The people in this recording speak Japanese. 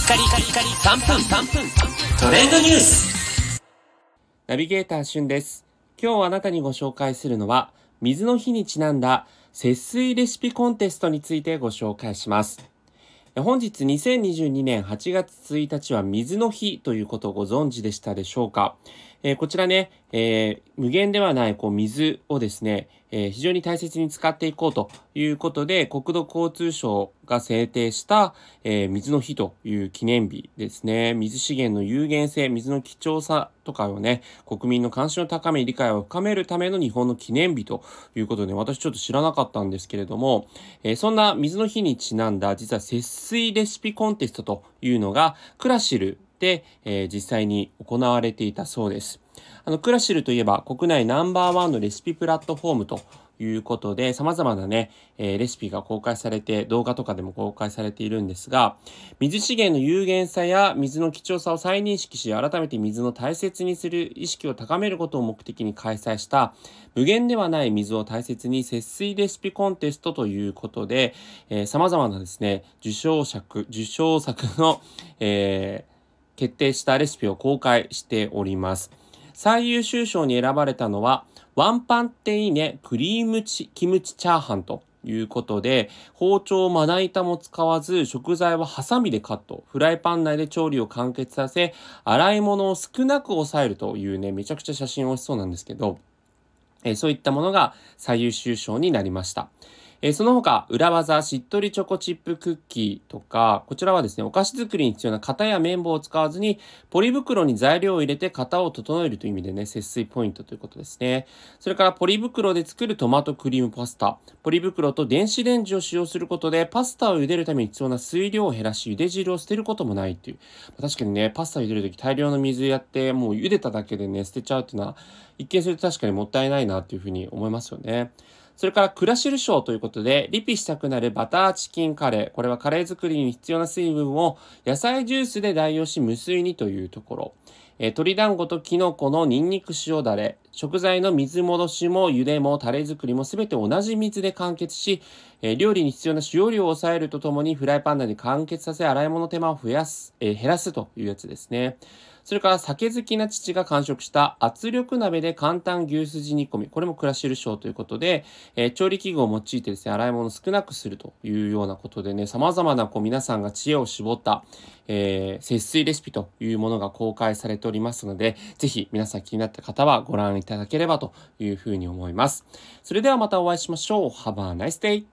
カリカリカリ3分トレンドニュース。 ナビゲーターしゅんです。今日あなたにご紹介するのは水の日にちなんだ節水レシピコンテストについてご紹介します。本日2022年8月1日は水の日ということをご存知でしたでしょうか。こちらね、無限ではない水をですね、非常に大切に使っていこうということで、国土交通省が制定した、水の日という記念日ですね。水資源の有限性、水の貴重さとかをね、国民の関心を高め、理解を深めるための日本の記念日ということで、私ちょっと知らなかったんですけれども、そんな水の日にちなんだ、実は節水レシピコンテストというのが、クラシルで、実際に行われていたそうです。クラシルといえば国内ナンバーワンのレシピプラットフォームということで、様々なね、レシピが公開されて、動画とかでも公開されているんですが、水資源の有限さや水の貴重さを再認識し、改めて水の大切にする意識を高めることを目的に開催した、無限ではない水を大切に節水レシピコンテストということで、様々なですね、受賞作の、決定したレシピを公開しております。最優秀賞に選ばれたのは、ワンパンっていいね、クリームキムチチャーハンということで、包丁、まな板も使わず、食材はハサミでカット、フライパン内で調理を完結させ、洗い物を少なく抑えるというね、めちゃくちゃ写真美味しそうなんですけど、そういったものが最優秀賞になりました。その他、裏技、しっとりチョコチップクッキーとか、こちらはですね、お菓子作りに必要な型や綿棒を使わずに、ポリ袋に材料を入れて型を整えるという意味でね、節水ポイントということですね。それから、ポリ袋で作るトマトクリームパスタ。ポリ袋と電子レンジを使用することで、パスタを茹でるために必要な水量を減らし、茹で汁を捨てることもないっていう。確かにね、パスタを茹でるとき大量の水やって、もう茹でただけでね、捨てちゃうっていうのは、一見すると確かにもったいないなっていうふうに思いますよね。それからクラシル賞ということで、リピしたくなるバターチキンカレー。これはカレー作りに必要な水分を野菜ジュースで代用し無水にというところ。鶏団子とキノコのニンニク塩だれ。食材の水戻しも茹でもタレ作りもすべて同じ水で完結し、料理に必要な使用量を抑えるとともにフライパン内で完結させ洗い物手間を減らすというやつですね。それから酒好きな父が完食した圧力鍋で簡単牛すじ煮込み。これもクラシル賞ということで、調理器具を用いてですね、洗い物を少なくするというようなことでね、様々な皆さんが知恵を絞った、節水レシピというものが公開されておりますので、ぜひ皆さん気になった方はご覧いただければというふうに思います。それではまたお会いしましょう。Have a nice day!